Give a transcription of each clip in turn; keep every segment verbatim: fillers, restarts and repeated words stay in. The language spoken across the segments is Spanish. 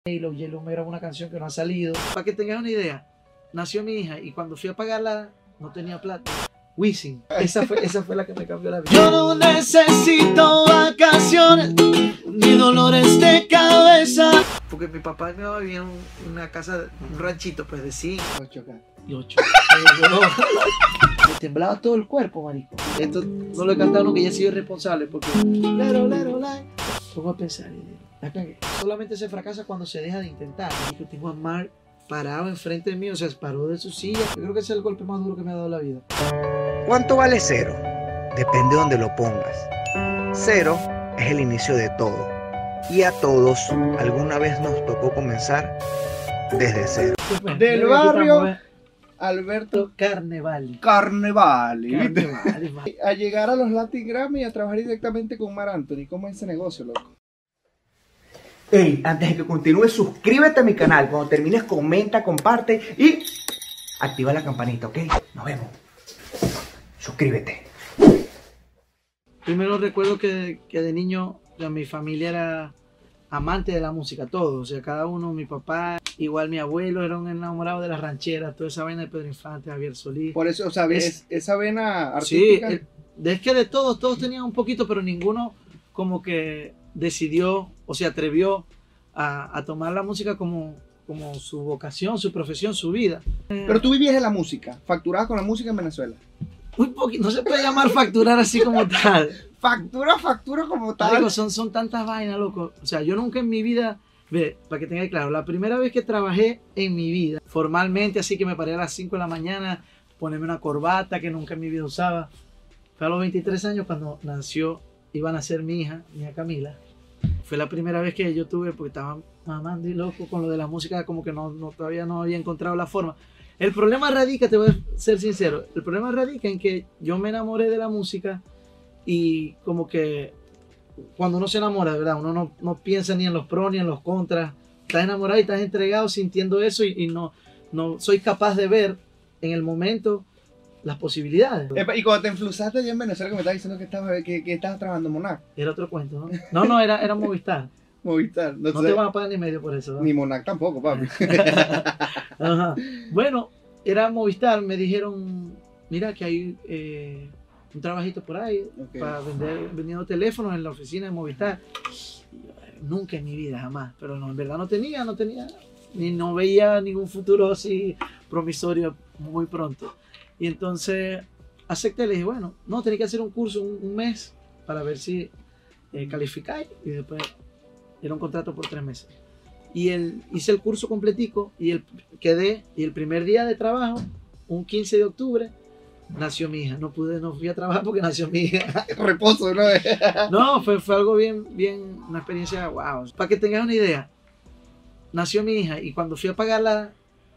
J-Lo, J-Lo me grabó una canción que no ha salido. Para que tengas una idea, nació mi hija y cuando fui a pagarla no tenía plata. Wisin, esa fue, esa fue la que me cambió la vida. Yo no necesito vacaciones ni dolores de cabeza. Porque mi papá y mi mamá vivían en una casa, un ranchito pues de cinco y ocho. Me temblaba todo el cuerpo, marico. Esto no lo he cantado nunca y he sido irresponsable porque lero, lero, lero. Pongo a pensar y digo, la cagué. Solamente se fracasa cuando se deja de intentar. Yo tengo a Mark parado enfrente de mí, o sea, se paró de su silla. Yo creo que ese es el golpe más duro que me ha dado la vida. ¿Cuánto vale cero? Depende de donde lo pongas. Cero es el inicio de todo. Y a todos alguna vez nos tocó comenzar desde cero. Bueno, Del barrio Alberto Carnevali. Carnevali. Carnevali. A llegar a los Latin Grammy y a trabajar directamente con Marc Anthony. ¿Cómo es ese negocio, loco? Hey, antes de que continúe, suscríbete a mi canal. Cuando termines, comenta, comparte y activa la campanita, ¿ok? Nos vemos. Suscríbete. Primero recuerdo que, que de niño, o sea, mi familia era amante de la música, todos, o sea, cada uno, mi papá, igual mi abuelo, era un enamorado de las rancheras, toda esa vaina de Pedro Infante, Javier Solís. Por eso, o sea, Es- es, esa vena Sí, artística. el- es que de todos, todos tenían un poquito, pero ninguno como que decidió o se atrevió a, a tomar la música como, como su vocación, su profesión, su vida. Pero tú vivías de la música, facturabas con la música en Venezuela. Muy poquito, no se puede llamar facturar así como tal. Factura, factura como tal. Marico, son, son tantas vainas, loco. O sea, yo nunca en mi vida, ve, para que tengáis claro, la primera vez que trabajé en mi vida, formalmente, así que me paré a las cinco de la mañana, ponerme una corbata que nunca en mi vida usaba, fue a los veintitrés años cuando nació, iba a nacer mi hija, mi hija Camila. Fue la primera vez que yo tuve, porque estaba mamando y loco con lo de la música, como que no, no, todavía no había encontrado la forma. El problema radica, te voy a ser sincero, el problema radica en que yo me enamoré de la música y como que cuando uno se enamora, ¿verdad? Uno no, no piensa ni en los pros ni en los contras. Estás enamorado y estás entregado sintiendo eso y, y no, no soy capaz de ver en el momento las posibilidades. Epa, y cuando te enflusaste allá en Venezuela, que me estabas diciendo que estabas, que, que estabas trabajando en Monac, Era otro cuento, ¿no? No, no, era, era Movistar. Movistar. No, No sé, te van a pagar ni medio por eso, ¿no? ni Monac tampoco, papi. Ajá. Bueno, era Movistar, me dijeron, mira que hay eh, un trabajito por ahí Ok. para vender vendiendo teléfonos en la oficina de Movistar. Y yo, eh, nunca en mi vida, jamás. Pero no, en verdad no tenía, no tenía, ni no veía ningún futuro así promisorio muy pronto. Y entonces acepté, le dije, bueno, no, tenía que hacer un curso un, un mes para ver si eh, calificáis. Y después era un contrato por tres meses. Y el, hice el curso completico y el, quedé, y el primer día de trabajo, un quince de octubre, nació mi hija. No pude, no fui a trabajar porque nació mi hija. Reposo, ¿no? No, fue, fue algo bien, bien, una experiencia, wow. Para que tengas una idea, nació mi hija y cuando fui a pagarla,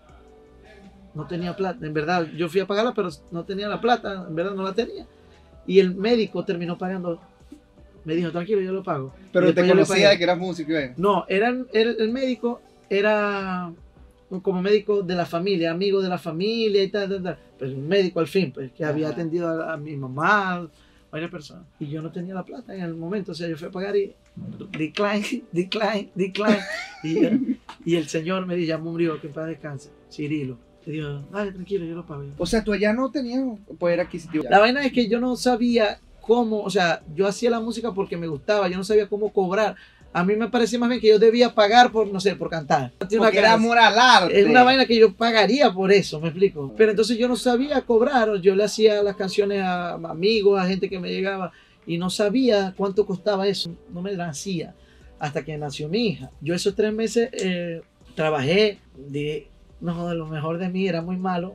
no tenía plata. En verdad, yo fui a pagarla, pero no tenía la plata, en verdad no la tenía. Y el médico terminó pagando. Me dijo, tranquilo, yo lo pago. Pero Y te después yo le conocía pagué. de que eras músico, ¿eh? No, era, era- el médico era como médico de la familia, amigo de la familia y tal, tal, tal. Pero un médico al fin, pues, que había Ajá. atendido a, a mi mamá, varias personas. Y yo no tenía la plata en el momento, o sea, yo fui a pagar y decline, decline, decline. Y, y el señor me dijo, ya murió, que en paz descanse, Cirilo. Y dijo, dale, tranquilo, yo lo pago. O sea, tú allá no tenías poder adquisitivo. La vaina es que yo no sabía cómo, o sea, yo hacía la música porque me gustaba, yo no sabía cómo cobrar. A mí me parecía más bien que yo debía pagar por, no sé, por cantar. Tiene una Porque era cara- amor al arte. es una vaina que yo pagaría por eso, me explico. Pero entonces yo no sabía cobrar, yo le hacía las canciones a amigos, a gente que me llegaba y no sabía cuánto costaba eso, no me nacía hasta que nació mi hija. Yo esos tres meses eh, trabajé, de, no, de lo mejor de mí, era muy malo.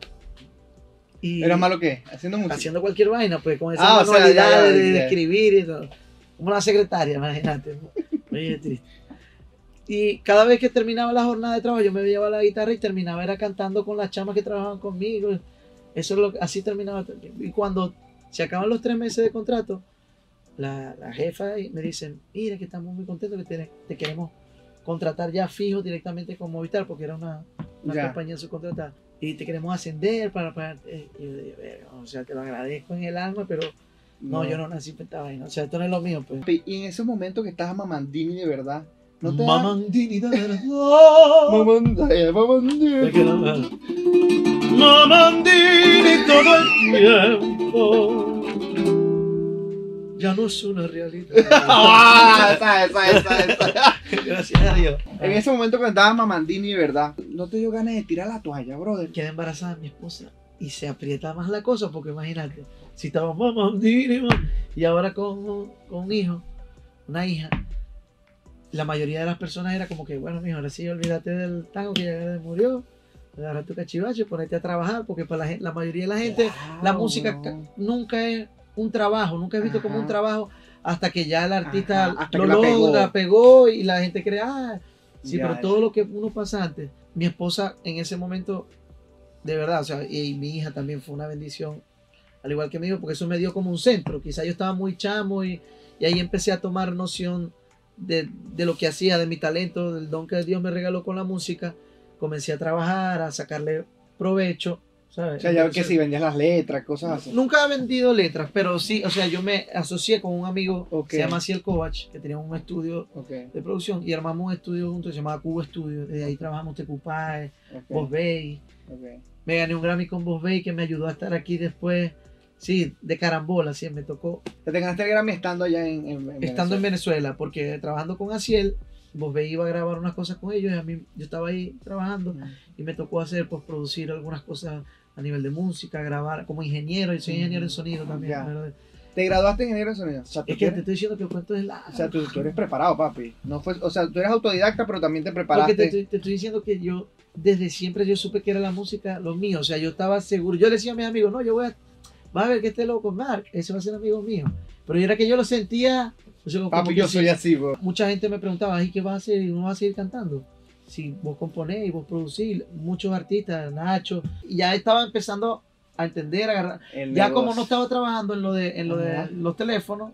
Y ¿Era malo qué? Haciendo música. haciendo cualquier vaina, pues con esa Ah, o sea, manualidad ya, ya, de, de ya. escribir y todo. Como una secretaria, imagínate. Muy triste. Y cada vez que terminaba la jornada de trabajo, yo me llevaba la guitarra y terminaba era cantando con las chamas que trabajaban conmigo. Eso es lo que, así terminaba. Y cuando se acaban los tres meses de contrato, la, la jefa me dice, mira que estamos muy contentos que te, te queremos contratar ya fijo directamente con Movistar, porque era una, una Ya. compañía subcontratada. Y te queremos ascender para pagar. Y yo dije, "Verga, o sea, te lo agradezco en el alma, pero no, yo no nací para esta vaina. O sea, esto no es lo mío, pues. Y en esos momentos que estabas mamandini de verdad, No te Mamandini de verdad. Mamandini, mamandini. Es que no me- Mamandini todo el tiempo. Ya no es una realidad. Ah, esa, esa, esa, esa. Gracias a Dios. En ese momento que andaba Mamandini, de verdad, no te dio ganas de tirar la toalla, brother. Queda embarazada mi esposa y se aprieta más la cosa porque imagínate, si estaba Mamandini ma, y ahora con, con un hijo, una hija, la mayoría de las personas era como que, bueno, mijo, ahora sí, olvídate del tango que ya murió, agarra tu cachivache, ponete a trabajar, porque para la, gen- la mayoría de la gente, la Wow, música no. ca- nunca es un trabajo, nunca es visto como un Ajá. trabajo hasta que ya el artista Ajá, hasta lo que la pegó. logra, pegó y la gente cree, ah, sí, Ya, pero ya. todo lo que uno pasa antes, mi esposa en ese momento, de verdad, o sea, y mi hija también fue una bendición, al igual que mi hijo, porque eso me dio como un centro, quizá yo estaba muy chamo y, y ahí empecé a tomar noción de, de lo que hacía, de mi talento, del don que Dios me regaló con la música, comencé a trabajar, a sacarle provecho, ¿sabes? O sea, ya ves que Entonces, si vendías las letras, cosas así. nunca he vendido letras, pero sí, o sea, yo me asocié con un amigo, Ok. se llama Ciel Kovac, que tenía un estudio Ok, de producción y armamos un estudio juntos, se llamaba Cubo Studio, desde ahí trabajamos Tecupae, ok, Boss Bay, ok. me gané un Grammy con Boss Bay que me ayudó a estar aquí después, sí, de carambola, sí, me tocó, Te ganaste el Grammy estando allá en, en, en estando en Venezuela. Venezuela, porque trabajando con Aciel, Boss Bay iba a grabar unas cosas con ellos y a mí, yo estaba ahí trabajando y me tocó hacer, pues, producir algunas cosas a nivel de música, grabar como ingeniero, y soy ingeniero en sonido también, Ya. pero ¿Te graduaste en ingeniero de sonido? O sea, tú es que te eres, estoy diciendo que el cuento es la... o sea, tú, tú eres preparado, papi. No fue, o sea, tú eres autodidacta, pero también te Porque preparaste. te, estoy- te estoy diciendo que yo, desde siempre yo supe que era la música lo mío, o sea, yo estaba seguro, yo le decía a mis amigos, no, yo voy a, vas a ver que este loco, Mark, ese va a ser amigo mío, pero yo era que yo lo sentía, o sea, como Papi, que yo si- soy así, bro. mucha gente me preguntaba, ¿y qué vas a hacer? ¿Y no vas a seguir cantando? Si vos componés y vos producís, muchos artistas, Nacho, y ya estaba empezando a entender, a agarrar, El ya negocio. como no estaba trabajando en lo de, en lo Ajá. de los teléfonos,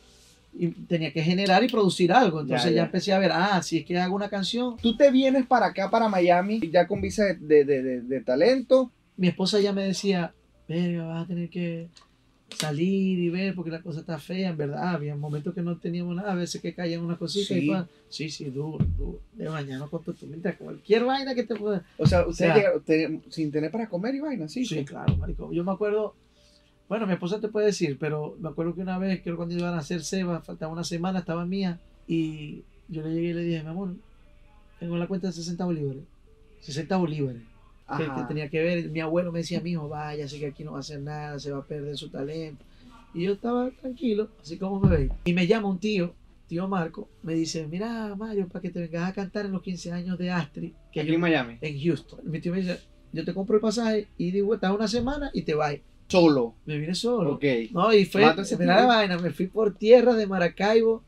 y tenía que generar y producir algo, entonces Ya, ya, ya. empecé a ver, ah, si es que hago una canción, Tú te vienes para acá, para Miami, ya con visa de, de, de, de- de talento. mi esposa ya me decía, verga, vas a tener que salir y ver porque la cosa está fea, en verdad, había momentos que no teníamos nada, a veces que caían unas cositas Sí. y pa, sí, sí, duro, duro, de mañana con tu mientras cualquier vaina que te pueda. O sea, ustedes Ya. llegaron te- sin tener para comer y vaina, sí. Sí, claro, marico. Yo me acuerdo, bueno, mi esposa te puede decir, pero me acuerdo que una vez, creo cuando iban a hacer Seba, faltaba una semana, estaba mía, y yo le llegué y le dije, mi amor, tengo la cuenta de sesenta bolívares, sesenta bolívares. Que, Ajá. que tenía que ver, mi abuelo me decía, mijo, vaya, así que aquí no va a hacer nada, se va a perder su talento. Y yo estaba tranquilo, así como me veis. Y me llama un tío, tío Marco, me dice, mira, Mario, para que te vengas a cantar en los quince años de Astrid, que Aquí yo- en Miami. en Houston. Mi tío me dice, yo te compro el pasaje y digo, estás una semana y te vas. Solo. Me vine solo. Ok. No, y fue, Mata ese mira tío. la vaina, me fui por tierra de Maracaibo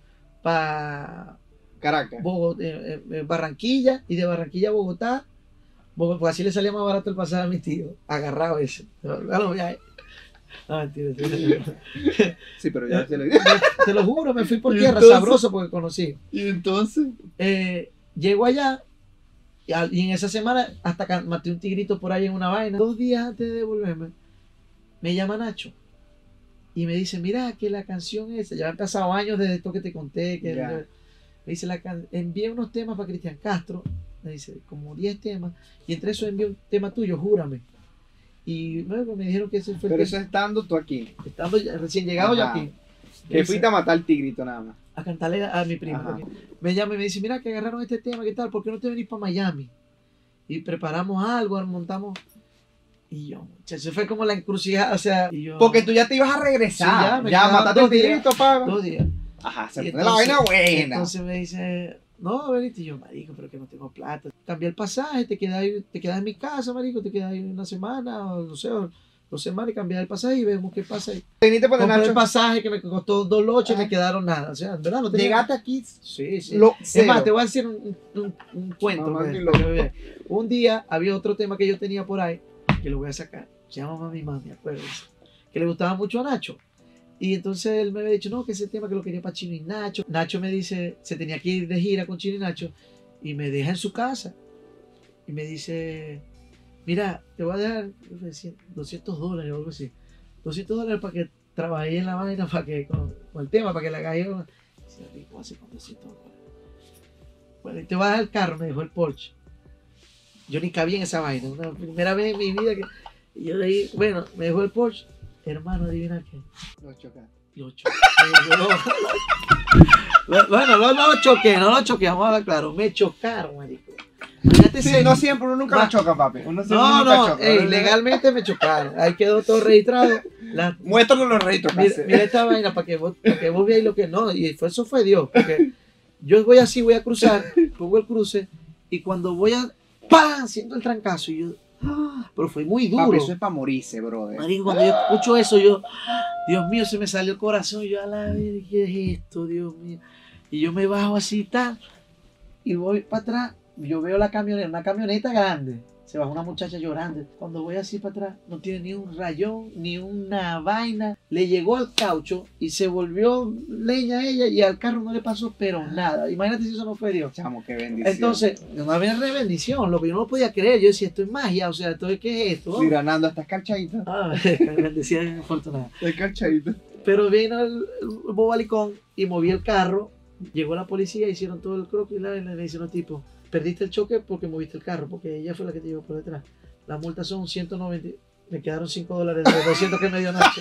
para Caracas. eh, eh, Barranquilla y de Barranquilla a Bogotá, Bogotá, pues así le salía más barato el pasaje a mi tío, agarrado ese. A los viajes. No, mentira, mentira. Sí, pero ya se lo dije. Te lo juro, me fui por Y tierra, entonces- sabroso porque conocí. Y entonces. Eh, llego allá y, al- y en esa semana hasta que maté un tigrito por ahí en una vaina. Dos días antes de devolverme, me llama Nacho y me dice, mira que la canción esa, ya han pasado años desde esto que te conté, que Ya. me dice, la can- envié unos temas para Cristian Castro, me dice, como diez temas, y entre esos envié un tema tuyo, Júrame. Y luego me dijeron que ese fue el Pero que- eso estando tú aquí. estando ya- recién llegado yo Ajá. aquí. Que Dice, fuiste a matar al tigrito nada más. a cantarle a, a mi prima. Ajá. porque Me llama y me dice, mira que agarraron este tema, ¿qué tal? ¿Por qué no te venís para Miami? Y preparamos algo, montamos. Y yo, muchacho, fue como la encrucijada, o sea, y yo, Porque tú ya te ibas a regresar. Sí, ya, ya me quedaban mataste al dos días. tigrito, pa. dos días. Ajá, se Y pone la vaina buena. Entonces me dice, no, veniste. Y yo, marico, pero que no tengo plata. Cambié el pasaje, te quedas ahí- te quedas en mi casa, marico, te quedas ahí una semana, o no sé, o dos semanas y cambiar el pasaje y vemos qué pasa ahí. Veniste por Compré el Nacho. pasaje que me costó dos loches y Ah. me quedaron nada. O sea, en verdad no tenía. Llegaste aquí. Sí, sí. Lo, Es cero. más, te voy a decir un, un- un cuento. Mamá, pues, ni para que loco. veas. Un día había otro tema que yo tenía por ahí, que lo voy a sacar. Se llama Mami Mami, acuérdense. Que le gustaba mucho a Nacho. Y entonces él me había dicho, no, que ese tema que lo quería para Chino y Nacho. Nacho me dice, se tenía que ir de gira con Chino y Nacho. Y me deja en su casa. Y me dice, mira, te voy a dejar doscientos dólares o algo así. doscientos dólares para que trabajé en la vaina, para que, con, con el tema, para que la hagáis. Dice, rico, hace con doscientos dólares. Bueno, y te vas al carro, me dejó el Porsche. Yo ni cabía en esa vaina. Una primera vez en mi vida que y yo leí, bueno, me dejó el Porsche. Hermano, adivina qué. Lo chocaste. Lo choqué. Bueno, no, no lo choqué, no lo choqué, vamos a hablar claro. Me chocaron, marico. Imagínate Sí, ese- no siempre, uno nunca Va- lo choca, papi. Uno siempre No, nunca no, choca. ey, legalmente me chocaron. Ahí quedó todo registrado. La- Muéstranos los registros, mira, parce. mira esta vaina para que vos, para que vos veáis lo que no. Y fue, eso fue Dios. Porque yo voy así, voy a cruzar, pongo el cruce. Y cuando voy a. ¡Pam! Siento el trancazo. Y yo. ¡ah! Pero fue muy duro. Papi, eso es para morirse, brother. Marico, cuando yo escucho eso, yo. Dios mío, se me salió el corazón. Yo, a la verga, ¿qué es esto, Dios mío? Y yo me bajo así, tal. Y voy para atrás. Yo veo la camioneta, una camioneta grande. Se baja una muchacha llorando. Cuando voy así para atrás, no tiene ni un rayón, ni una vaina. Le llegó al caucho y se volvió leña a ella y al carro no le pasó, pero nada. Imagínate si eso no fue Dios. Chamo, qué bendición. Entonces, no había re bendición, lo que yo no lo podía creer. Yo decía, esto es magia, o sea, esto es, ¿qué es esto? Mira, Nando, estás carchadito. Ah, bendecida afortunada. Estás carchadito. Pero vino el, el bobalicón y moví el carro. Llegó la policía, hicieron todo el croquis y la- le hicieron tipo, perdiste el choque porque moviste el carro, porque ella fue la que te llevó por detrás. La multa son ciento noventa, me quedaron cinco dólares de los doscientos que me dio Nacho.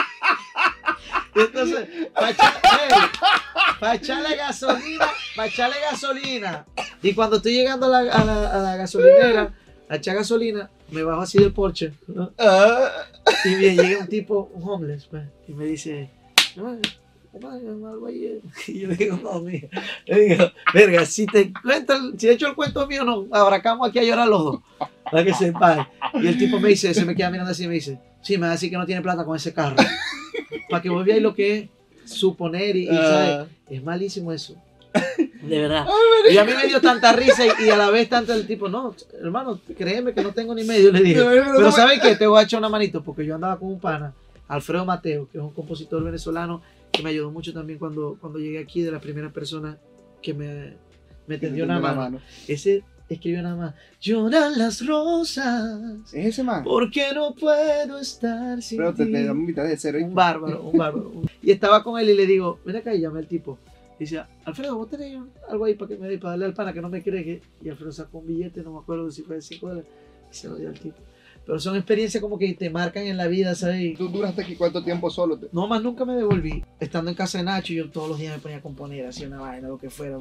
Y entonces, para echar, hey, pa echarle gasolina, para echarle gasolina. Y cuando estoy llegando a la, a la, a la gasolinera, a echar gasolina, me bajo así del Porsche, ¿no? Ah, Y bien, llega un tipo, un homeless, pues, y me dice, no, no, algo ahí. eh". Y yo le digo, no, mija. Le digo, verga, si te cuento, el- si he hecho el cuento mío, nos abracamos aquí a llorar los dos. Para que sepa. Y el tipo me dice, se me queda mirando así y me dice, sí, me va a decir que no tiene plata con ese carro. Para que vos veáis lo que es suponer y, y ¿sabes? Es malísimo eso. De verdad. Y a mí me dio tanta risa y, y a la vez tanto el tipo, no, hermano, créeme que no tengo ni medio, le dije. Pero ¿saben qué? Te voy a echar una manito porque yo andaba con un pana, Alfredo Mateo, que es un compositor venezolano que me ayudó mucho también cuando, cuando llegué aquí, de las primeras personas que me, me tendió una mano. Ese escribió nada más, lloran las rosas, Es ese man. porque no puedo estar sin Pero te, ti. te damos mitad de cero. Un bárbaro, un bárbaro. Y estaba con él y le digo, ven acá y llamé al tipo. Y decía, Alfredo, ¿vos tenés algo ahí para que me dé, para darle al pana que no me cree que... Y Alfredo sacó un billete, no me acuerdo si fue de cinco dólares, y se lo dio al tipo. Pero son experiencias como que te marcan en la vida, ¿sabes? ¿Tú duraste aquí cuánto tiempo solo? Te- No, más nunca me devolví. Estando en casa de Nacho, yo todos los días me ponía a componer, hacía una vaina, lo que fuera.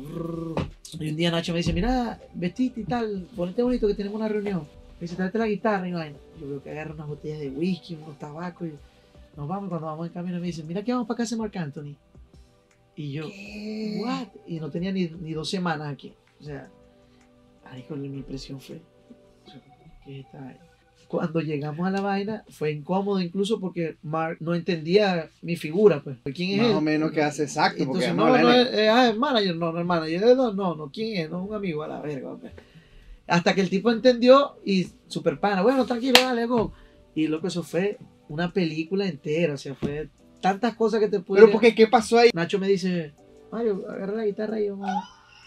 Y un día Nacho me dice, mira, vestite y tal, ponete bonito que tenemos una reunión. Me dice, tráete la guitarra y vaina. Yo veo que agarra unas botellas de whisky, unos tabacos y nos vamos. Y cuando vamos en camino me dice, mira que vamos para casa de Marc Anthony. Y yo, ¿Qué? what? Y no tenía ni, ni dos semanas aquí. O sea, marico, mi impresión fue, ¿qué está ahí? Cuando llegamos a la vaina, fue incómodo incluso porque Mark no entendía mi figura, pues. ¿Quién es Más él? o menos que hace exacto. Porque Entonces, no, no, la no, N- es, eh, ah, es manager, no, no es manager, no, no, no, ¿quién es? No es un amigo, a la verga, hombre. Hasta que el tipo entendió y super pana, bueno, tranquilo, dale, go. Y lo que eso fue una película entera, o sea, fue tantas cosas que te pude... Pero porque, ¿qué pasó ahí? Nacho me dice, Mario, agarra la guitarra y vamos a...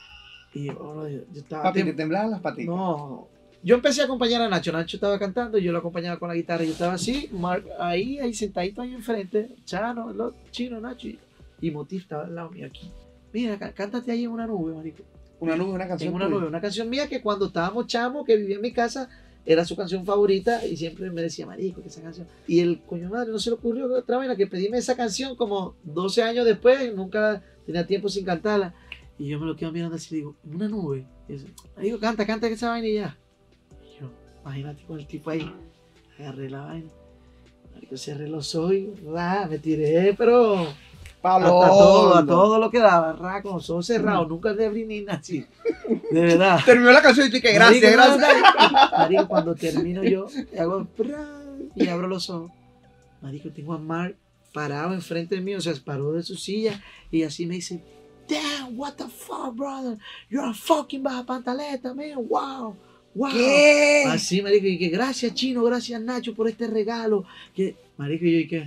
Y yo, oh, yo estaba... Papi, tem- te temblaban las patitas. no, yo empecé a acompañar a Nacho. Nacho estaba cantando, yo lo acompañaba con la guitarra. Yo estaba así, Mark, ahí, ahí sentadito ahí enfrente. Chano, lo, Chino, Nacho y, y Motif estaba al lado mío aquí. Mira, cá- cántate ahí en una nube, marico. Una nube, una canción. En una tuya. nube, una canción mía que cuando estábamos chamos, que vivía en mi casa, era su canción favorita y siempre me decía, marico, que esa canción. Y el coño madre no se le ocurrió otra vez que pedíme esa canción como doce años después, nunca tenía tiempo sin cantarla. Y yo me lo quedo mirando así y digo, en una nube. Y eso, marico, canta, canta esa vaina y ya. Y yo, imagínate con el tipo ahí, agarré la vaina. Marico, cerré los ojos y ra, me tiré, pero Palo. hasta todo, a todo lo que daba, ra, con los ojos cerrados, nunca le abrí ni nada así. De verdad. Terminó la canción y tú que gracias, Marico, gracias. Marico, cuando termino yo, hago pra, y abro los ojos. Marico, tengo a Mark parado enfrente de mí, o sea, paró de su silla y así me dice, damn, what the fuck, brother, you're a fucking baja pantaleta, man, wow, wow. ¿Qué? Así, marico, y que gracias Chino, gracias Nacho por este regalo. Que, marico, y yo, y que,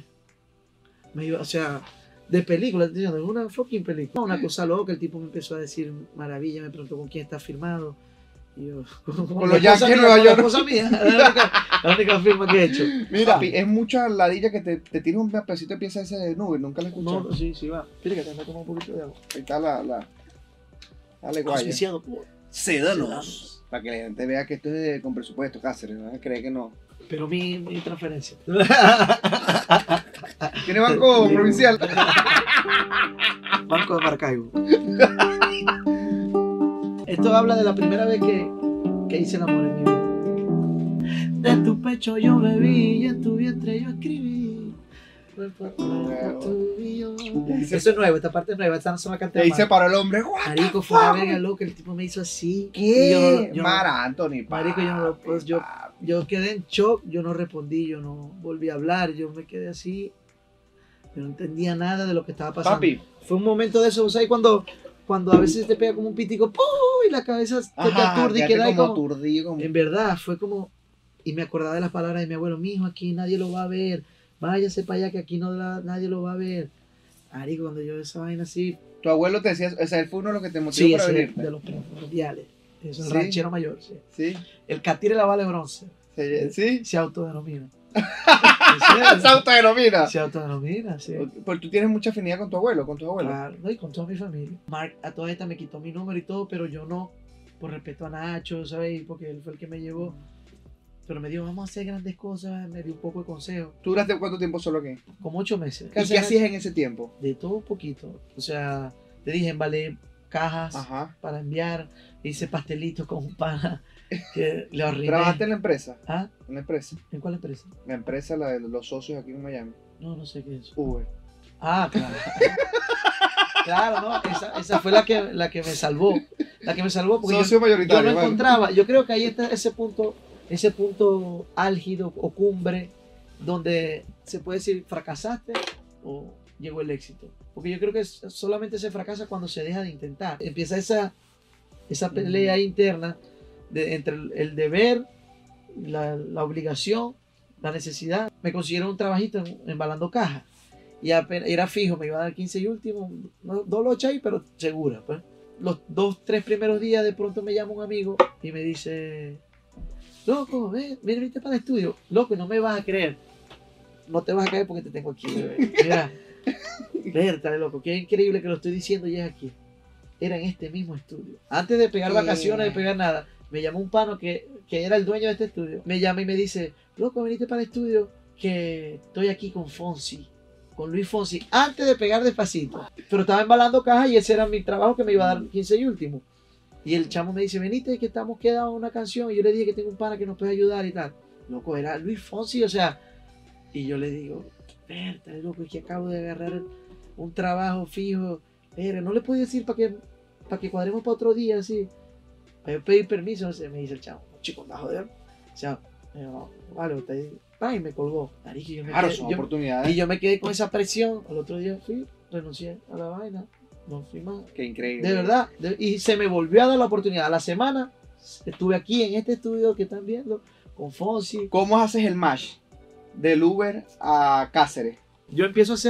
me iba, o sea, de película, estoy diciendo, es una fucking película. Una cosa loca, el tipo me empezó a decir maravilla, me preguntó con quién está firmado. Y yo, con, Con la los esposa Yankees de mía, Nueva con la York. esposa mía, la única, la única firma que he hecho. Mira, papi, es mucha ladilla que te, te tira un pedacito de pieza ese de nube, nunca la he escuchado. No, sí, sí, va. Mira que te anda como un poquito de agua. Ahí está la, la, Dale, guaya. Auspiciado por Sédanos. Sédanos. Para que la gente vea que esto es de- con presupuesto, Cáceres, ¿no? Cree que no. Pero mi, mi transferencia. ¿Tiene banco provincial? Banco de Maracaibo. Esto habla de la primera vez que, que hice el amor en mi vida. De tu pecho yo bebí y en tu vientre yo escribí. Eso es nuevo, esta parte es nueva, esta no se me Y canté ahí más. se paró el hombre. "What Marico, the fue una fuck?" verga loca, el tipo me hizo así. ¿Qué? Y yo no- yo no- Mar Anthony, Marico, yo no lo- pues, yo- papi. Yo quedé en shock, yo no respondí, yo no volví a hablar, yo me quedé así. Yo no entendía nada de lo que estaba pasando. Papi, Fue un momento de eso, ¿sabes? Cuando, cuando a veces te pega como un pitico, ¡pum! Y la cabeza te ajá, aturde y quédate queda ahí como como... aturdido, como... En verdad, fue como... Y me acordaba de las palabras de mi abuelo, mijo, aquí nadie lo va a ver. Váyase para allá que aquí no la- nadie lo va a ver. Marico, cuando yo esa vaina así... Tu abuelo te decía, o sea, él fue uno de los que te motivó Sí, para ese venirte. de los primordiales. Eso es el Sí. ranchero mayor, sí. Sí, El catire la vale bronce. sí, sí. Se autodenomina. ¿En serio? Se autodenomina. Se autodenomina, sí. Porque tú tienes mucha afinidad con tu abuelo, con tu abuelo. Claro, no, y con toda mi familia. Mark a toda esta me quitó mi número y todo, pero yo no, por respeto a Nacho, ¿sabes? Porque él fue el que me llevó. Pero me dijo, vamos a hacer grandes cosas, me dio un poco de consejo. ¿Tú duraste cuánto tiempo solo aquí? Como ocho meses. ¿Y qué hacías en ese tiempo? De todo un poquito. O sea, te dije, embalé cajas Ajá. para enviar, hice pastelitos con un pana que le arruiné. ¿Trabajaste en la empresa? ¿Ah? ¿En la empresa? ¿En cuál empresa? La empresa, la de los socios aquí en Miami. No, no sé qué es. Uber. Ah, claro. Claro, no, esa, esa fue la que, la que me salvó. La que me salvó porque yo, Socio yo mayoritario. no bueno. encontraba. Yo creo que ahí está ese punto, ese punto álgido o cumbre donde se puede decir fracasaste o llegó el éxito. Porque yo creo que es- solamente se fracasa cuando se deja de intentar. Empieza esa, esa pelea interna de, entre el, el deber, la, la obligación, la necesidad. Me consiguieron un trabajito en- embalando cajas. Y apenas, era fijo, me iba a dar quince y último, no, dos lochas ahí, pero segura. Pues. Los dos, tres primeros días de pronto me llama un amigo y me dice, loco, ven, ven, vente para el estudio. Loco, no me vas a creer. No te vas a creer porque te tengo aquí, bebé. Mira, vértale, loco, qué increíble que lo estoy diciendo y es aquí. Era en este mismo estudio. Antes de pegar vacaciones, de pegar nada, me llamó un pano que, que era el dueño de este estudio. Me llama y me dice, loco, veniste para el estudio que estoy aquí con Fonsi. Con Luis Fonsi, antes de pegar despacito. Pero estaba embalando cajas y ese era mi trabajo que me iba a dar quince y último. Y el chamo me dice, venite que estamos quedados en una canción. Y yo le dije que tengo un pana que nos puede ayudar y tal. Loco, era Luis Fonsi, o sea. Y yo le digo, espérate, loco, es que acabo de agarrar un trabajo fijo. Pero no le puedo decir para que, para que cuadremos para otro día, así. Para yo pedir permiso, no sé, me dice el chamo, chico, anda a joder. O sea, yo, vale, usted, ay, me colgó. Marico, yo me Claro, quedé- son yo- oportunidades. y yo me quedé con esa presión. Al otro día fui, renuncié a la vaina. No fui más. Qué increíble. De verdad. de- y se me volvió a dar la oportunidad. A la semana estuve aquí en este estudio que están viendo con Fonsi. ¿Cómo haces el match del Uber a Cáceres? Yo empiezo a hacer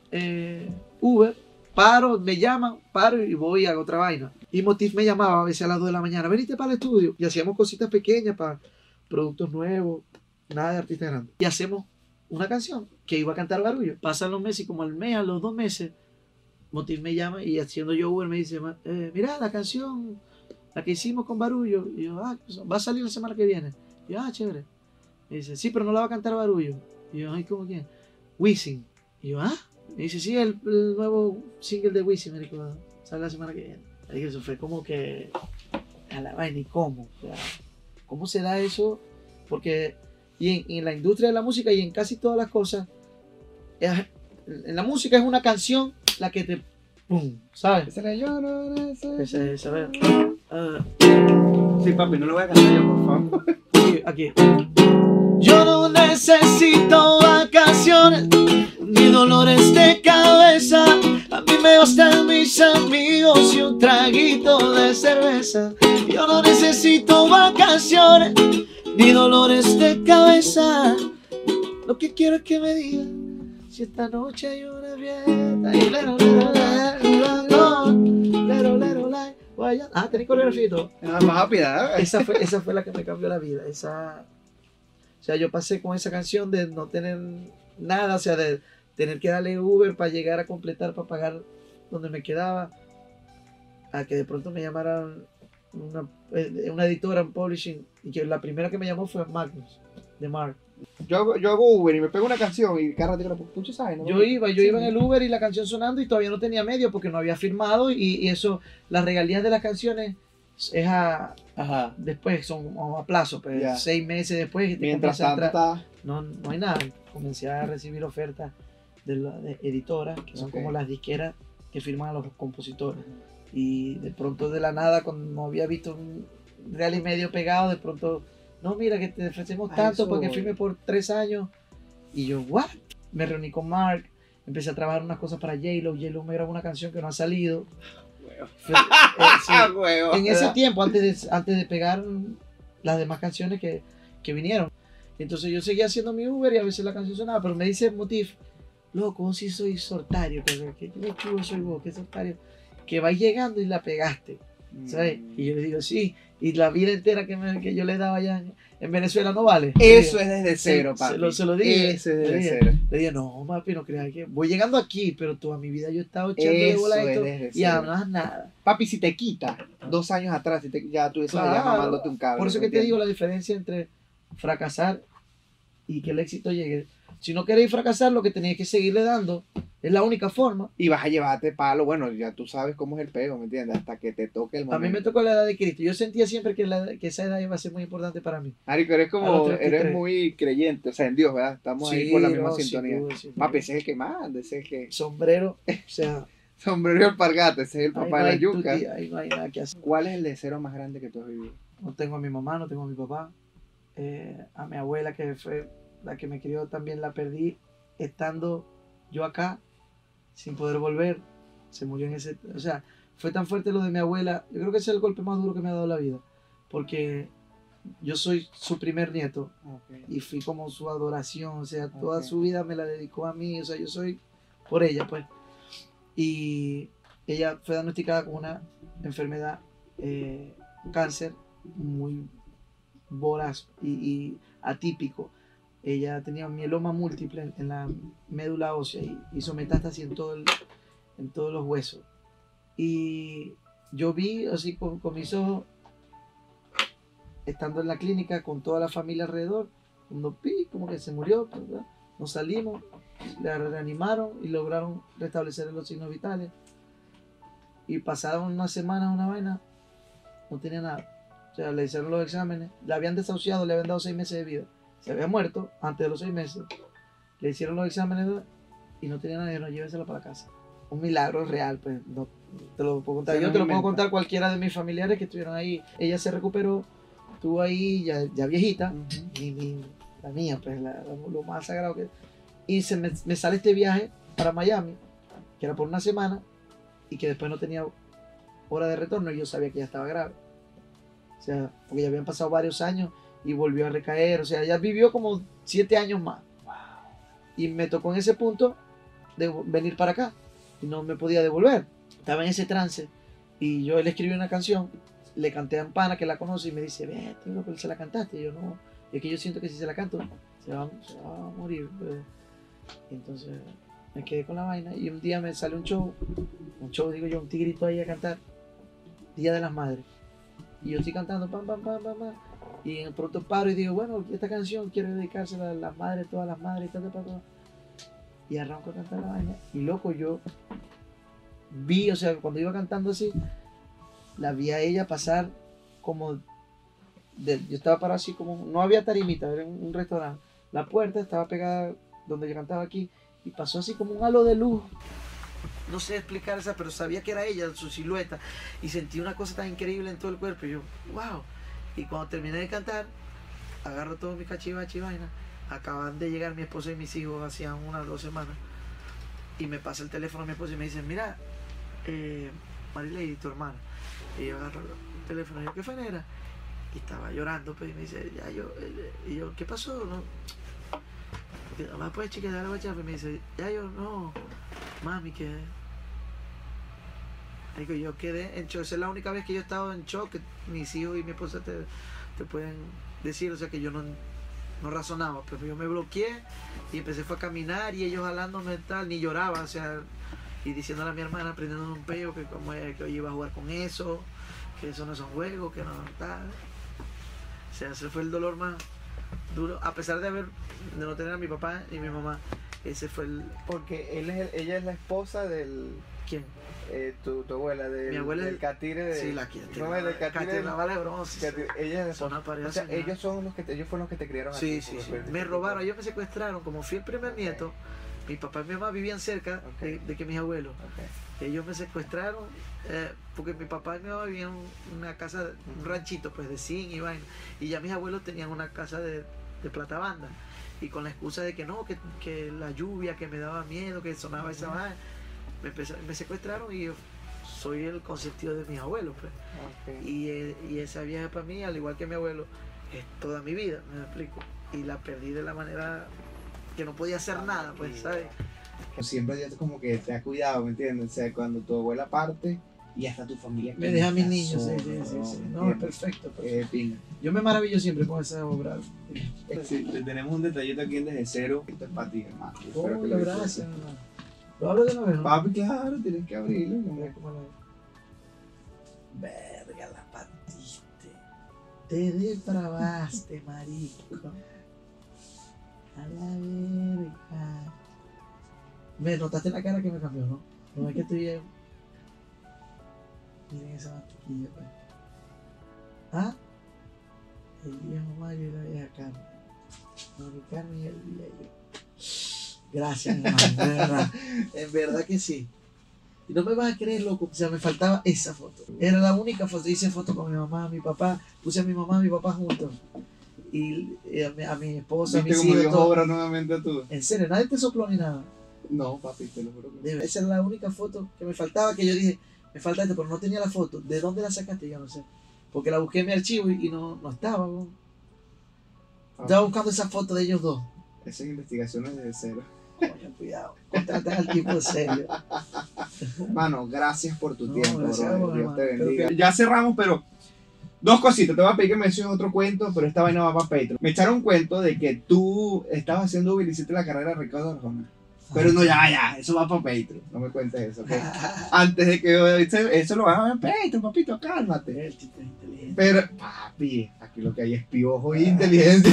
eh, Uber. Paro, me llaman, paro y voy y hago otra vaina. Y Motif me llamaba a veces a las dos de la mañana. Veniste para el estudio. Y hacíamos cositas pequeñas para productos nuevos. Nada de artistas grandes. Y hacemos una canción que iba a cantar Barullo. Pasan los meses y como al mes, a los dos meses, Motif me llama y haciendo yo Uber me dice, "Ma- eh, mira la canción, la que hicimos con Barullo". Y yo, ah, va a salir la semana que viene. Y yo, ah, chévere. Me dice, sí, pero no la va a cantar Barullo. Y yo, ay, ¿cómo quién? Wisin. Y yo, ah. Me dice, sí, el, el nuevo single de Wisin, me dijo, sale la semana que viene. Me dijo, eso fue como que a la vaina, ¿y cómo? O sea, ¿cómo se da eso? Porque y en, en la industria de la música y en casi todas las cosas, es- en la música es una canción la que te, pum, ¿sabes? Esa era yo, no, no, esa- Esa es, a ver. Ah, Sí, papi, no lo voy a cantar yo, por favor. aquí, aquí. Yo no necesito vacaciones ni dolores de cabeza. A mí me bastan mis amigos y un traguito de cerveza. Yo no necesito vacaciones ni dolores de cabeza. Lo que quiero es que me digan si esta noche hay una fiesta. Y lero, lero, lero, lero, lero, lero, guaya- Ah, tenés coreografía y todo. Ah, más rápida, ¿eh? Esa fue, esa fue la que me cambió la vida. Esa, o sea, yo pasé con esa canción de no tener nada, o sea, de tener que darle Uber para llegar a completar, para pagar donde me quedaba, a que de pronto me llamara una, eh, una editora, un publishing, y que la primera que me llamó fue Magnus, de Mark. Yo, hago- yo hago Uber y me pego una canción y cada ratito la pucha, ¿sabes? ¿No? Yo iba, yo Sí, iba en el Uber y la canción sonando y todavía no tenía medio porque no había firmado y, y eso, las regalías de las canciones es a, Ajá. después, son a plazo, pues Ya. seis meses después y te Mientras comienza a tanto entrar- está... no, no hay nada. Comencé a recibir ofertas de, la- de editoras, que son Ok. como las disqueras que firman a los compositores. Y de pronto de la nada, cuando no había visto un real y medio pegado, de pronto, no, mira que te ofrecemos A tanto eso porque voy. firme por tres años. Y yo, ¿what? Me reuní con Mark, empecé a trabajar unas cosas para J-Lo. J-Lo me grabó una canción que no ha salido. Fue- eh, sí. Huevo. En ese tiempo, antes de, antes de pegar las demás canciones que, que vinieron. Entonces yo seguía haciendo mi Uber y a veces la canción sonaba, pero me dice Motif, loco, vos sí soy sortario, que, que, que chulo soy vos, que sortario, que vais llegando y la pegaste, ¿sabes? Mm. Y yo le digo, sí, y la vida entera que, me- que yo le daba allá en, en Venezuela no vale. Eso Le es desde se- cero, se papi. lo- se lo dije. Eso es Le desde dije. cero. Le dije, no, papi, no creas que voy llegando aquí, pero toda mi vida yo he estado echándole Eso bola a es esto desde y cero. además nada. Papi, si te quita dos años atrás, si te, ya tú estás allá Claro. mamándote un cable. Por eso ¿me que te digo entiendes? la diferencia entre fracasar y que el éxito llegue. Si no queréis fracasar, lo que tenéis que seguirle dando es la única forma. Y vas a llevarte palo, bueno, ya tú sabes cómo es el pego, ¿me entiendes? Hasta que te toque el A momento. mí me tocó la edad de Cristo. Yo sentía siempre que, la- que esa edad iba a ser muy importante para mí. Marico, eres A los como, treinta y tres. eres muy creyente, o sea, en Dios, ¿verdad? Estamos ahí Sí, por la misma no, sin sintonía. duda, sin duda. Papi, ese es el que manda, ese es el que... Sombrero, o sea, Sombrero y alpargata, ese es el ahí papá no, de hay la yuca. tuti, ahí no hay nada que hacer. ¿Cuál es el deseo más grande que tú has vivido? No tengo a mi mamá, no tengo a mi papá. Eh, a mi abuela, que fue la que me crió, también la perdí estando yo acá, sin poder volver. Se murió en ese... O sea, fue tan fuerte lo de mi abuela. Yo creo que ese es el golpe más duro que me ha dado la vida. Porque yo soy su primer nieto y fui como su adoración. O sea, toda Ok. su vida me la dedicó a mí. O sea, yo soy por ella, pues. Y ella fue diagnosticada con una enfermedad, eh, cáncer, muy voraz y, y atípico. Ella tenía mieloma múltiple en, en la médula ósea y hizo metástasis en, todo el, en todos los huesos. Y yo vi así con, con mis ojos, estando en la clínica con toda la familia alrededor, cuando pi, como que se murió, ¿verdad? Nos salimos, la reanimaron y lograron restablecer los signos vitales. Y pasaron unas semanas, una vaina, no tenía nada. O sea, le hicieron los exámenes, le habían desahuciado, le habían dado seis meses de vida. Se había muerto antes de los seis meses. Le hicieron los exámenes y no tenía nada, y no, lléveselo para casa. Un milagro real, pues, no te lo puedo contar. Se Yo nos te lo puedo inventa. contar cualquiera de mis familiares que estuvieron ahí. Ella se recuperó, estuvo ahí ya, ya viejita, mi, mi- la mía, pues, la- la- lo más sagrado que... Y se me, me sale este viaje para Miami, que era por una semana, y que después no tenía hora de retorno, y yo sabía que ya estaba grave. O sea, porque ya habían pasado varios años y volvió a recaer. O sea, ella vivió como siete años más. Y me tocó en ese punto de venir para acá. Y no me podía devolver. Estaba en ese trance. Y yo le escribí una canción. Le canté a Ampana, que la conoce, y me dice, ve, tío, pero se la cantaste. Y yo no. Y es que yo siento que si se la canto, se va, se va a morir. Pues. Y entonces me quedé con la vaina. Y un día me sale un show. Un show, digo yo, un tigrito ahí a cantar. Día de las Madres. Y yo estoy cantando, pam, pam, pam, pam, pam. Y de pronto paro y digo, bueno, esta canción quiero dedicársela a las madres, todas las madres, tal, tal, tal. Y arranco a cantar la vaina. Y loco, yo vi, o sea, cuando iba cantando así, la vi a ella pasar como... de- yo estaba parado así como... No había tarimita, era un, un restaurante. La puerta estaba pegada donde yo cantaba aquí. Y pasó así como un halo de luz. No sé explicar esa, pero sabía que era ella, su silueta. Y sentí una cosa tan increíble en todo el cuerpo. Y yo, wow. Y cuando terminé de cantar, agarro todos mis cachivaches y vaina. Acaban de llegar mi esposa y mis hijos hacían unas dos semanas. Y me pasa el teléfono a mi esposa y me dice, mira, eh, Marilady, tu hermana. Y yo agarro el teléfono y yo, ¿qué fue, nera? Y estaba llorando, pues, y me dice, ya yo, eh, y yo, ¿qué pasó? No. Va pues, chica, ya la voy a echar. Y me dice, ya yo, no, mami, que... Digo, yo quedé en shock. Esa es la única vez que yo he estado en shock, que mis hijos y mi esposa te, te pueden decir, o sea, que yo no, no razonaba, pero yo me bloqueé y empecé fue a caminar y ellos jalándome tal, ni lloraba, o sea, y diciéndole a mi hermana, prendiendo un peo, que como es, que hoy iba a jugar con eso, que eso no es un juego, que no tal. O sea, ese fue el dolor más duro, a pesar de haber, de no tener a mi papá y mi mamá. Ese fue el... Porque él es el- ella es la esposa del... ¿Quién? eh, tu, tu abuela, del, Mi abuela del es- catire de... Sí, la que No, del catire Catire del- la bala de bronce. catire- ella es la Son esposa. una pareja O sea, soñada. ellos son los que te- ellos fueron los que te criaron a Sí, ti, sí, pues, sí. pues, Me robaron, ellos me secuestraron, como fui el primer nieto, mi papá y mi mamá vivían cerca Ok. de, de que mis abuelos. Ok. Ellos me secuestraron eh, porque mi papá y mi mamá vivían en una casa, un ranchito pues de zinc y vaina. Y ya mis abuelos tenían una casa de, de plata banda. Y con la excusa de que no, que, que la lluvia, que me daba miedo, que sonaba esa vaina, me, empezó- me secuestraron y yo soy el consentido de mis abuelos. Pues. Ok. Y, eh, y esa vieja para mí, al igual que mi abuelo, es toda mi vida, me explico. Y la perdí de la manera que no podía hacer nada, pues, ¿sabes? Siempre Dios como que te ha cuidado, ¿me entiendes? O sea, cuando tu abuela parte y hasta tu familia. Me deja a mis queda niños, sí, solo, sí, sí, sí. ¿me No, es entiendes? perfecto, perfecto. Eh, pinga. Yo me maravillo siempre con esa obra. Sí, te- tenemos un detallito aquí en Desde Cero. Esto es para ti, hermano. Espero Oh, que lo disfrutes. gracias. ¿Lo hablo de una vez? ¿no? Papi, claro, tienes que abrirlo. ¿no? Mira cómo la- Verga, la partiste. Te depravaste, marico. A la verga. Me notaste la cara que me cambió, ¿no? No es que estoy bien. Miren esa mantequilla, pues. ¿Ah? El viejo Mario y la vieja Carmen. Mario Carmen y el viejo. Gracias, hermano, de verdad. En verdad que sí. Y no me vas a creer, loco, o sea, me faltaba esa foto. Era la única foto. Hice foto con mi mamá, mi papá. Puse a mi mamá y mi papá juntos. Y, y a, mi, a mi esposa, a ¿Viste mis como hijos, Dios todo. obra nuevamente tú? En serio, nadie te sopló ni nada. No, papi, te lo juro que no. Debe- Esa era la única foto que me faltaba, que yo dije, me falta esto, pero no tenía la foto. ¿De dónde la sacaste? Yo no sé. Porque la busqué en mi archivo y, y no, no estaba. ¿no? Estaba buscando esa foto de ellos dos. Esas investigaciones Desde Cero. Coño, cuidado. Contratan al tipo serio. Mano, gracias por tu No, tiempo, gracias brother. a vos, Dios hermano. te Creo bendiga. que- Ya cerramos, pero dos cositas. Te voy a pedir que me eches otro cuento, pero esta vaina va para Patreon. Me echaron un cuento de que tú estabas haciendo Uber y hiciste la carrera de Ricardo Arjona. Pero no, ya, ya, eso va para Patreon. No me cuentes eso, ¿ok? Antes de que eso, eso lo van a ver en Patreon, papito, cálmate. El tipo es inteligente. Pero, papi, aquí lo que hay es piojo e inteligencia.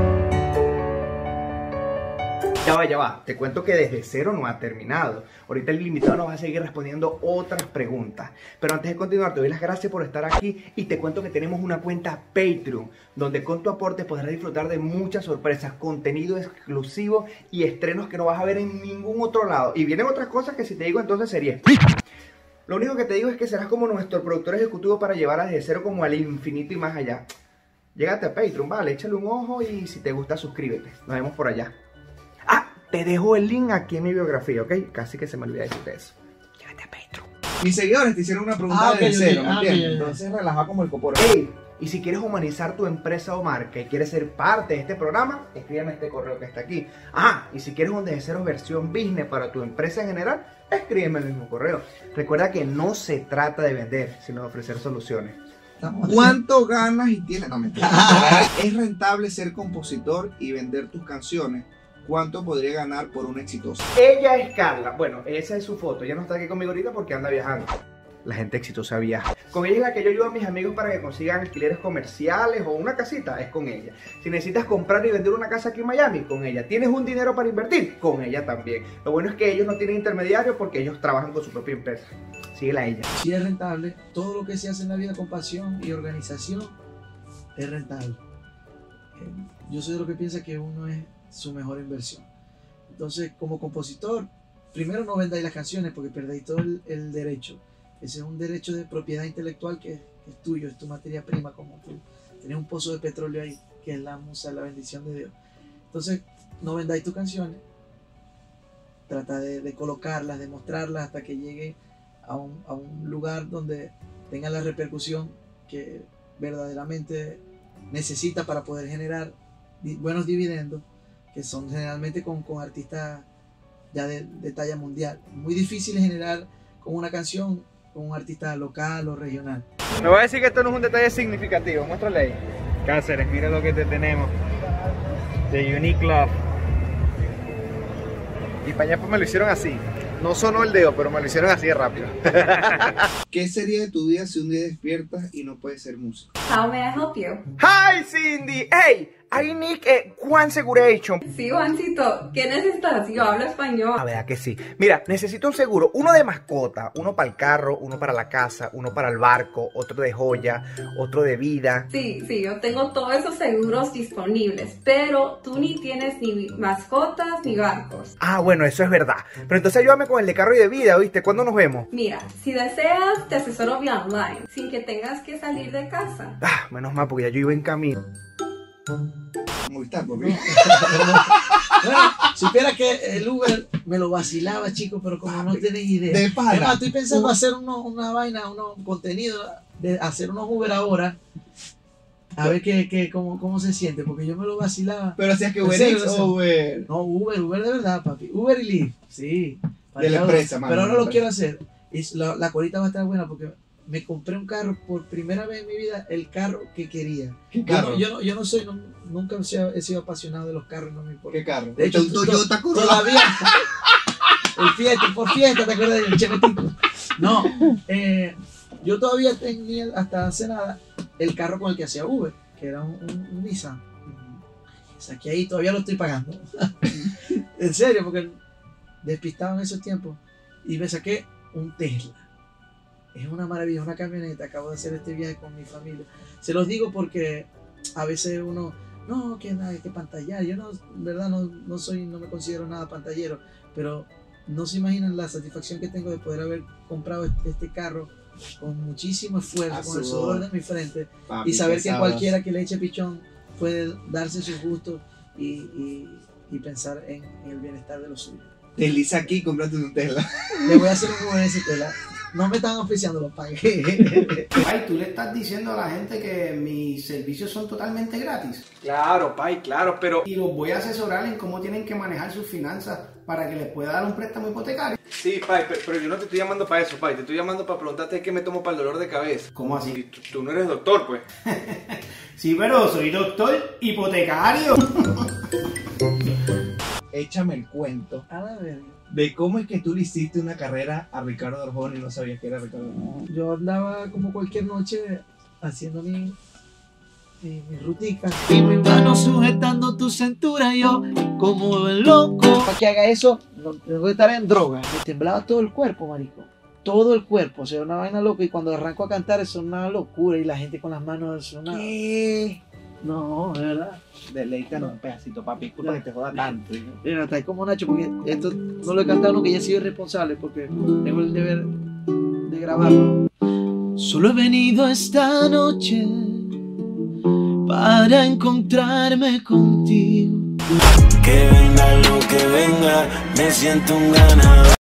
Ya va, ya va. Te cuento que Desde Cero no ha terminado. Ahorita el invitado nos va a seguir respondiendo otras preguntas. Pero antes de continuar, te doy las gracias por estar aquí y te cuento que tenemos una cuenta Patreon, donde con tu aporte podrás disfrutar de muchas sorpresas, contenido exclusivo y estrenos que no vas a ver en ningún otro lado. Y vienen otras cosas que si te digo entonces sería... Lo único que te digo es que serás como nuestro productor ejecutivo para llevar a Desde Cero como al infinito y más allá. Llégate a Patreon, vale, échale un ojo y si te gusta suscríbete. Nos vemos por allá. Ah, te dejo el link aquí en mi biografía, ¿ok? Casi que se me olvida decirte eso. Llégate a Patreon. Mis seguidores te hicieron una pregunta Ah, ok, de ok. cero, ¿me Ah, entiendes? ok, ya, ya. Entonces relaja como el coporo. Ey, y si quieres humanizar tu empresa o marca y quieres ser parte de este programa, escríbeme este correo que está aquí. Ah, y si quieres un Desde Cero versión business para tu empresa en general, escríbeme el mismo correo. Recuerda que no se trata de vender, sino de ofrecer soluciones. Estamos ¿Cuánto ganas y tienes? No, mentira. ¿Es rentable ser compositor y vender tus canciones? ¿Cuánto podría ganar por un exitoso? Ella es Carla. Bueno, esa es su foto. Ella no está aquí conmigo ahorita porque anda viajando. La gente exitosa viaja. Con ella es la que yo ayudo a mis amigos para que consigan alquileres comerciales o una casita, es con ella. Si necesitas comprar y vender una casa aquí en Miami, con ella. ¿Tienes un dinero para invertir? Con ella también. Lo bueno es que ellos no tienen intermediarios porque ellos trabajan con su propia empresa. Síguela a ella. Si es rentable, todo lo que se hace en la vida con pasión y organización es rentable. Eh, Yo soy de lo que piensa que uno es su mejor inversión. Entonces, como compositor, primero no vendáis las canciones porque perdéis todo el, el derecho. Ese es un derecho de propiedad intelectual que, que es tuyo, es tu materia prima, como tú. Tienes un pozo de petróleo ahí, que es la musa, la bendición de Dios. Entonces, no vendáis tus canciones, trata de, de colocarlas, de mostrarlas hasta que llegue a un, a un lugar donde tenga la repercusión que verdaderamente necesita para poder generar di- buenos dividendos, que son generalmente con, con artistas ya de, de talla mundial. Muy difícil generar con una canción con un artista local o regional. Me voy a decir que esto no es un detalle significativo. Muéstrale ahí. Cáceres, mira lo que te tenemos. The Unique Love. Y para allá pues me lo hicieron así. No sonó el dedo, pero me lo hicieron así de rápido. ¿Qué sería de tu vida si un día despiertas y no puedes ser músico? How may I help you? Hi Cindy, hey, I need a one seguration. Sí, Juancito, ¿qué necesitas? Yo hablo español. A ver, que sí. Mira, necesito un seguro, uno de mascota, uno para el carro, uno para la casa, uno para el barco, otro de joya, otro de vida. Sí, sí, yo tengo todos esos seguros disponibles, pero tú ni tienes ni mascotas ni barcos. Ah, bueno, eso es verdad. Pero entonces ayúdame con el de carro y de vida, ¿viste? ¿Cuándo nos vemos? Mira, si deseas, te asesoro vía online, sin que tengas que salir de casa. Ah, menos mal, porque ya yo iba en camino. Movistar, papi. Bueno, supiera que el Uber me lo vacilaba, chicos, pero como no tenéis idea. De pana. Es más, estoy pensando hacer uno, una vaina, unos contenido, de hacer unos Uber ahora. A ver qué, qué, cómo, cómo se siente, porque yo me lo vacilaba. Pero hacías que ¿En Uber serio? Eats o Uber. No, Uber, Uber de verdad, papi. Uber y Lyft, sí. De la empresa, mano. Pero no lo quiero hacer. Y la, la colita va a estar buena porque me compré un carro por primera vez en mi vida, el carro que quería. ¿Qué Yo carro? no, yo no, yo no soy, no, nunca he sido, he sido apasionado de los carros, no me importa. ¿Qué carro? De hecho, un to- Toyota to- Corolla. todavía. El fiesta, por fiesta, ¿te acuerdas del chevetito? No, eh, yo todavía tenía hasta hace nada el carro con el que hacía Uber, que era un, un, un Nissan. Saqué ahí, todavía lo estoy pagando. En serio, porque despistaba en esos tiempos. Y me saqué un Tesla. Es una maravilla, una camioneta. Acabo de hacer este viaje con mi familia. Se los digo porque a veces uno, no, que nada, que pantallar. Yo no, en verdad no, no soy, no me considero nada pantallero, pero no se imaginan la satisfacción que tengo de poder haber comprado este, este carro con muchísimo esfuerzo, A con el sudor. sudor de mi frente, Papi, y saber que pesabas. cualquiera que le eche pichón puede darse sus gustos y, y, y pensar en, en el bienestar de los suyos. Desliza aquí y cómprate un Tesla. Le voy a hacer un Uber ese Tesla. No me están oficiando, lo pagué. Ay, tú le estás diciendo a la gente que mis servicios son totalmente gratis Claro, pai, claro, pero... y los voy a asesorar en cómo tienen que manejar sus finanzas para que les pueda dar un préstamo hipotecario. Sí, pai, pe- pero yo no te estoy llamando para eso, pai. Te estoy llamando para preguntarte qué me tomo para el dolor de cabeza. ¿Cómo Y así? tú, tú no eres doctor, pues. Sí, pero soy doctor hipotecario. Échame el cuento A la verga. de cómo es que tú le hiciste una carrera a Ricardo Arjona y no sabías que era Ricardo Arjona. Yo andaba como cualquier noche haciendo mi, mi, mi rutica. Y mi mano sujetando tu cintura, yo como el loco. Para que haga eso, no tengo que estar en droga. Me temblaba todo el cuerpo, marico. Todo el cuerpo, o sea, una vaina loca. Y cuando arranco a cantar, eso es una locura. Y la gente con las manos, es una... ¿Qué? No, de verdad. Deleítanos un pedacito, papi. Disculpa que te joda tanto. Mira, está ahí como Nacho, porque esto no lo he cantado nunca, ya he sido irresponsable, porque tengo el deber de grabarlo. Solo he venido esta noche para encontrarme contigo. Que venga lo que venga, me siento un ganador.